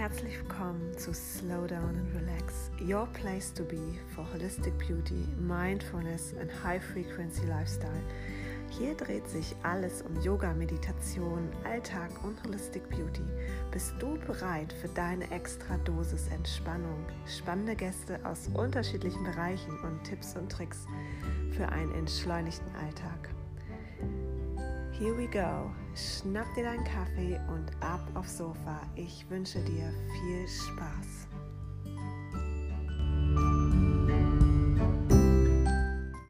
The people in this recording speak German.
Herzlich willkommen zu Slow Down and Relax, your place to be for holistic beauty, mindfulness and high frequency lifestyle. Hier dreht sich alles um Yoga, Meditation, Alltag und Holistic Beauty. Bist du bereit für deine extra Dosis Entspannung? Spannende Gäste aus unterschiedlichen Bereichen und Tipps und Tricks für einen entschleunigten Alltag. Here we go. Schnapp dir deinen Kaffee und ab aufs Sofa. Ich wünsche dir viel Spaß.